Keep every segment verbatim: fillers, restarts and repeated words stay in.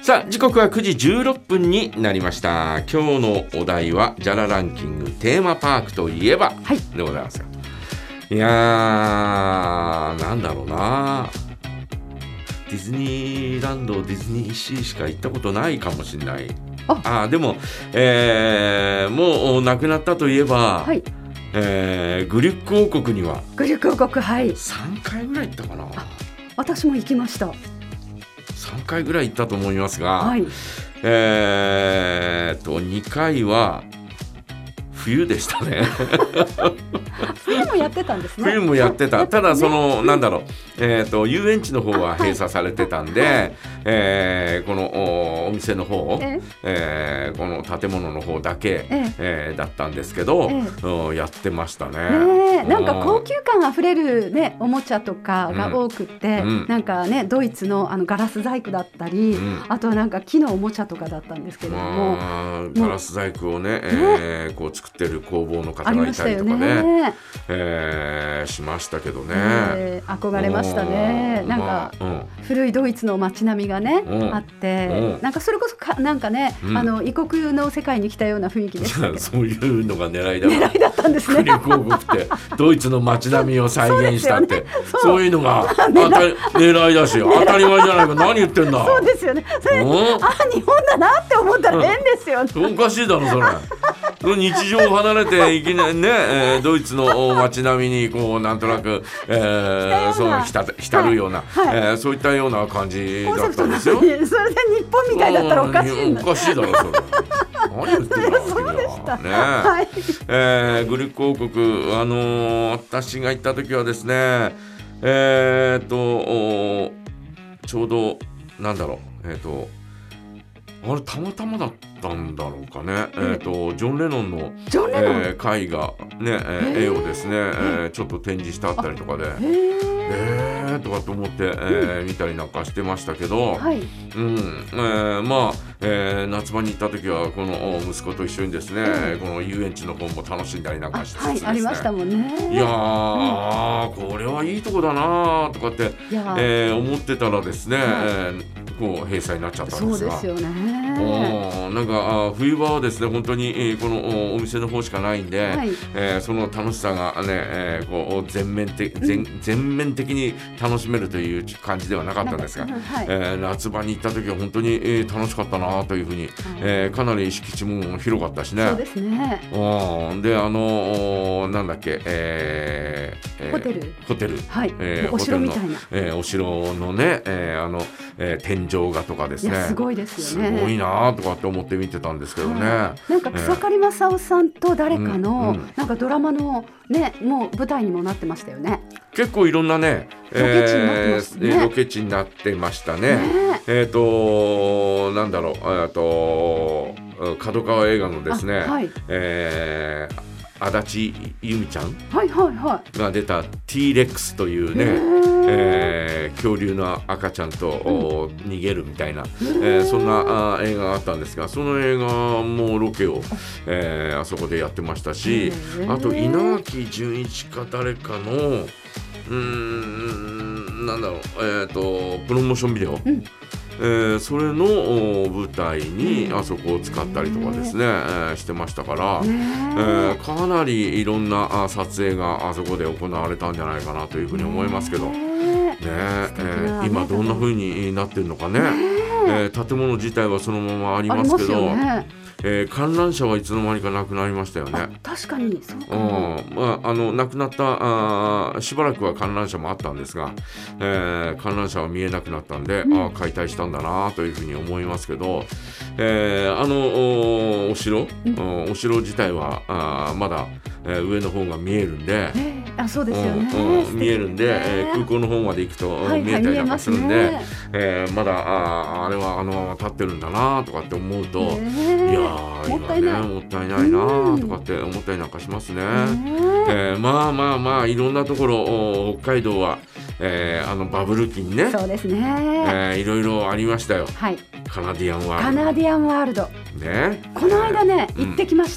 さあ時刻はくじじゅうろっぷんになりました。今日のお題はジャラランキングテーマパークといえば、はい、でございますよ。いやーなんだろうな、ディズニーランドディズニーシーしか行ったことないかもしれない。ああでも、えー、もう亡くなったといえば、はい、えー、グリュック王国にはグリュック王国、はい、 さんかいぐらい行ったかな。 私も行きました。 さんかいぐらい行ったと思いますが、 はい、 えー、とにかいは冬でしたね冬もやってたんですね。 冬もやってた。ただその、ね、なんだろう、えーと、遊園地の方は閉鎖されてたんで、はい、えー、この お, お店の方、ええー、この建物の方だけ、ええー、だったんですけど、えやってましたね。 ね、なんか高級感あふれる、ね、おもちゃとかが多くて、うん、なんかねドイツ の, あのガラス細工だったり、うん、あとはなんか木のおもちゃとかだったんですけれども、 ガラス細工をね、えー、こう作ってる工房の方がいたりとかね、えー、しましたけどね、 えー、憧れましたね。なんか、まあうん、古いドイツの街並みがね、うん、あって、うん、なんかそれこそかなんかね、うん、あの異国の世界に来たような雰囲気でしたけどそういうのが狙いだ狙いだったんですね。 グリュック王国ってドイツの街並みを再現したって そう、 そう、 そういうのが当たり狙いだし当たり前じゃないか。何言ってんだ。 そうですよね。それ、うん、あ日本だなって思ったら変ですよね、 うん、おかしいだろそれ日常を離れていきなりね、えー、ドイツの街並みにこうなんとなく、えー、そう浸浸るような、はいはい、えー、そういったような感じだったんですよ。それで日本みたいだったらおかしいんだ。 おかしいだろそれ何言ってんだそうでした、ね、 はい、えー、グリュック王国、あのー、私が行った時はですね、えー、っとちょうどなんだろう、えー、っとあれたまたまだったんだろうかね、えー、とジョン・レノンの、えー、絵画、ねえー、絵をですね、えー、ちょっと展示してあったりとかでえーとかと思って、えー、見たりなんかしてましたけど、はい、うん、えー、まあ、えー、夏場に行った時はこの息子と一緒にですね、うん、この遊園地の方も楽しんだりなんかしてですね、 はい、ありましたもんね。 いやー、うん、これはいいとこだなとかって、えー、思ってたらですね、はい、えー、こう閉鎖になっちゃったんですが、 そうですよね。 なんか冬場はですね本当に、えー、このお店の方しかないんで、はい、えー、その楽しさがね、えー、こう全面的、全、全面的に楽しめるという感じではなかったんですが、はい、えー、夏場に行った時は本当に、えー、楽しかったなというふうに、はい、えー、かなり敷地も広かったしね。 そうですね。 であのなんだっけ、えー、ホテルホテル、 はい、えー、お城みたいな、 えー、お城のね、えー、あの、えー、天井画とかですね、 すごいですよね。 すごいなとかって思って見てたんですけどね、 はい、なんか草刈正雄さんと誰かの、うんうん、なんかドラマのねもう舞台にもなってましたよね。 結構いろんなねロケ地になってましたね、えー、 ロケ地になってましたね。ねえーとなんだろう、えーと角川映画のですね、はい、えー足立由美ちゃんが出た T レックスというね、えー、恐竜の赤ちゃんと、うん、逃げるみたいな、えー、そんなあ映画があったんですが、その映画もロケを、えー、あそこでやってましたし、あと稲垣潤一か誰かのうーんなんだろう、えーとプロモーションビデオ、うん、えー、それの舞台にあそこを使ったりとかですね、えー、してましたから、えー、かなりいろんな撮影があそこで行われたんじゃないかなというふうに思いますけど、ねえー、今どんな風になってるのかね、えー、建物自体はそのままありますけど、えー、観覧車はいつの間にかなくなりましたよね。 確かにそうか、 うん、まあ、あの亡くなったあしばらくは観覧車もあったんですが、えー、観覧車は見えなくなったんで、うん、あ解体したんだなというふうに思いますけど、えー、あの お, お城、うん、お城自体はあまだ、えー、上の方が見えるんで、 えー、あそうですよね、 うんうん、見えるんで、えー、空港の方まで行くと、はいはい、見えたりなんかするんで、ねえー、まだ あ, あれはあのまま立ってるんだなとかって思うと、えー、いやもったいない、ね、もったいないなとかって思ったりなんかしますね、えー、まあまあまあいろんなところ北海道は、えー、あのバブル期にね、 そうですね、 えー、いろいろありましたよ、 はい、 カナディアンワールド、 カナディアンワールド、 ね、 この間ね、えー、行ってきました、 うん、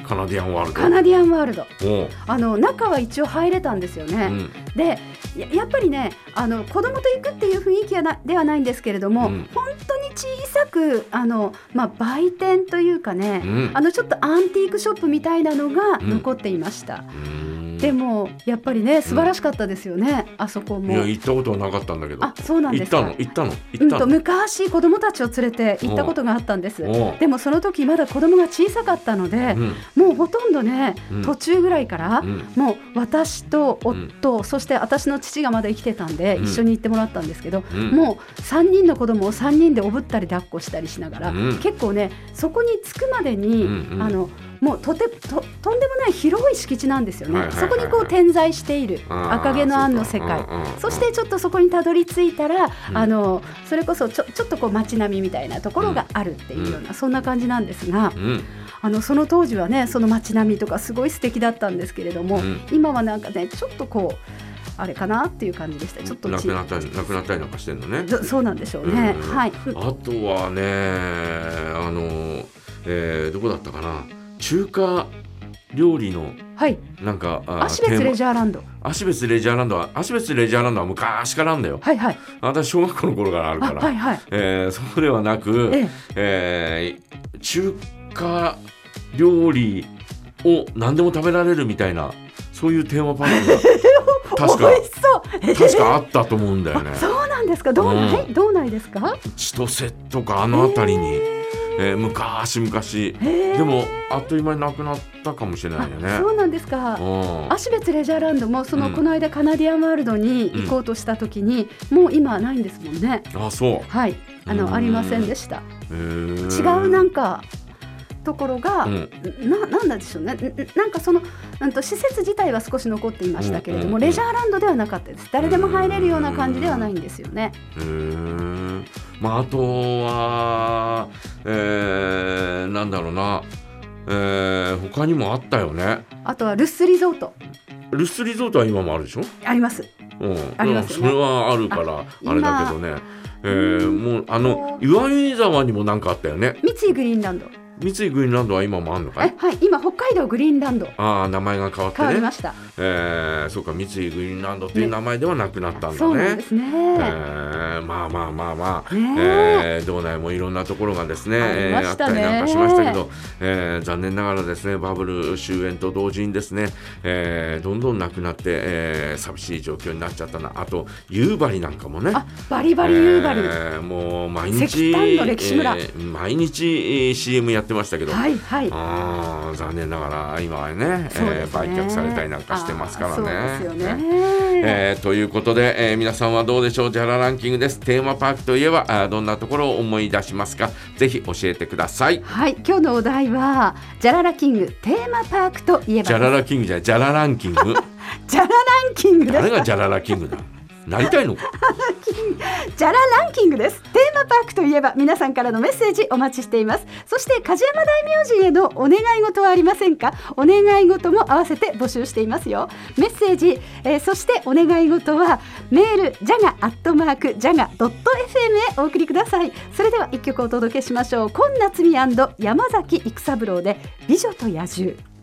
カナディアンワールドカナディアンワールドあの中は一応入れたんですよね、うん、で や, やっぱりねあの子供と行くっていう雰囲気はなではないんですけれども、うん、本当に小さくあの、まあ、売店というかね、うん、あのちょっとアンティークショップみたいなのが残っていました、うん、でもやっぱりね素晴らしかったですよね、うん、あそこも。 いや行ったことはなかったんだけど。 あ、そうなんですか。 行ったの行ったの行ったの、 うん、と昔子供たちを連れて行ったことがあったんです。でもその時まだ子供が小さかったので、うん、もうほとんどね、うん、途中ぐらいから、うん、もう私と夫、うん、そして私の父がまだ生きてたんで、うん、一緒に行ってもらったんですけど、うん、もうさんにんの子供をさんにんでおぶったり抱っこしたりしながら、うん、結構ねそこに着くまでに、うんうん、あのもうとて と, とんでもない広い敷地なんですよね、はいはいはいはい、そこにこう点在している赤毛のアンの世界、そしてちょっとそこにたどり着いたら、うん、あのそれこそち ょ, ちょっとこう街並みみたいなところがあるっていうような、うん、そんな感じなんですが、うん、あのその当時はねその街並みとかすごい素敵だったんですけれども、うん、今はなんかねちょっとこうあれかなっていう感じでした。ちょっとなくなったりなくなったりなんかしてんのね。 そうなんでしょうね、うん、はい、 あとはねあの、えー、どこだったかな、中華料理の、はい、なんか芦別レジャーランド芦別レジャーランドは芦別レジャーランドは昔からなんだよ、 はいはい、 私小学校の頃からあるから、 はいはい、 えー、そうではなく、えええー、中華料理を何でも食べられるみたいなそういうテーマパークが確か美味しそう、えー、 確かあったと思うんだよね。 そうなんですか。道内、うん、道内ですか。 千歳とかあの辺りに、えーえー、昔昔でもあっという間になくなったかもしれないよね。 そうなんですか。芦別レジャーランドもその、うん、この間カナディアンワールドに行こうとした時に、うん、もう今はないんですもんね。 あ、そう。 はい、あのありませんでした。違うなんかところが、うん、な, なんなんでしょうね。なんかそのなんと施設自体は少し残っていましたけれども、うんうんうん、レジャーランドではなかったです。誰でも入れるような感じではないんですよね。 へー、まあ、あとは、えー、なんだろうな、えー、他にもあったよね。 あとはルッスリゾート。 ルッスリゾートは今もあるでしょ。 あります、 うん、ありますよね。それはあるからあれだけどね、えー、もうあの岩見沢にもなんかあったよね。 三井グリーンランド。 三井グリーンランドは今もあるのかい。 はい、今北海道グリーンランド。 ああ、名前が変わってね。 変わりました。 えー、そうか、三井グリーンランドっていう名前ではなくなったんだね。 そうなんですね。 えー、まあまあまあまあ、ねえー、道内もいろんなところがですね、ありましたね、えー、あったりなんかしましたけど、えー、残念ながらですね、バブル終焉と同時にですね、えー、どんどんなくなって、えー、寂しい状況になっちゃったな。あと夕張なんかもね。 あ、バリバリ夕張、 えー、もう毎日石炭の歴史村、 えー、毎日 シーエム やってましたけど、 はいはい、 あ、残念ながら今は ね, ね、えー、売却されたりなんかしてますからね。 そうですよね、 えー、ということで、えー、皆さんはどうでしょう。ジャラランキングです。テーマパークといえばあどんなところを思い出しますか。ぜひ教えてください。 はい、今日のお題はジャララキングテーマパークといえば。 ジャララキングじゃない、ジャラランキングジャラランキングです。 誰がジャララキングだなりたいのかジャラランキングです。テーマパークといえば皆さんからのメッセージお待ちしています。そして梶山大明神へのお願い事はありませんか。お願い事も合わせて募集していますよ。メッセージ、えー、そしてお願い事はメールジャガアットマークジャガドットエフエムへお送りください。それでは一曲お届けしましょう。今夏美&山崎育三郎で美女と野獣。